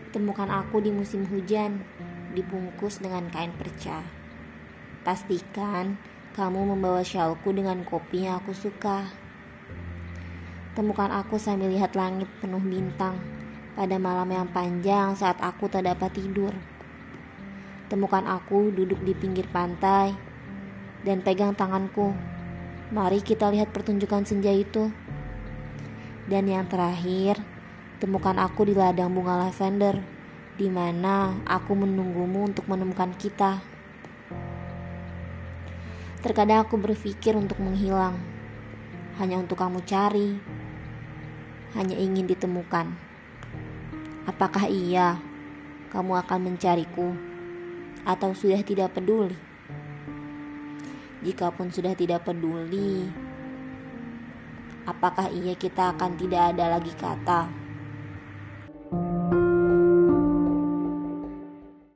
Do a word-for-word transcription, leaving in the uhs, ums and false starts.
Temukan aku di musim hujan, dibungkus dengan kain perca. Pastikan kamu membawa syalku dengan kopi yang aku suka. Temukan aku sambil lihat langit penuh bintang pada malam yang panjang saat aku tak dapat tidur. Temukan aku duduk di pinggir pantai dan pegang tanganku. Mari kita lihat pertunjukan senja itu. Dan yang terakhir, temukan aku di ladang bunga lavender, di mana aku menunggumu untuk menemukan kita. Terkadang aku berpikir untuk menghilang, hanya untuk kamu cari, hanya ingin ditemukan. Apakah iya kamu akan mencariku, atau sudah tidak peduli? Jikapun sudah tidak peduli, apakah iya kita akan tidak ada lagi kata?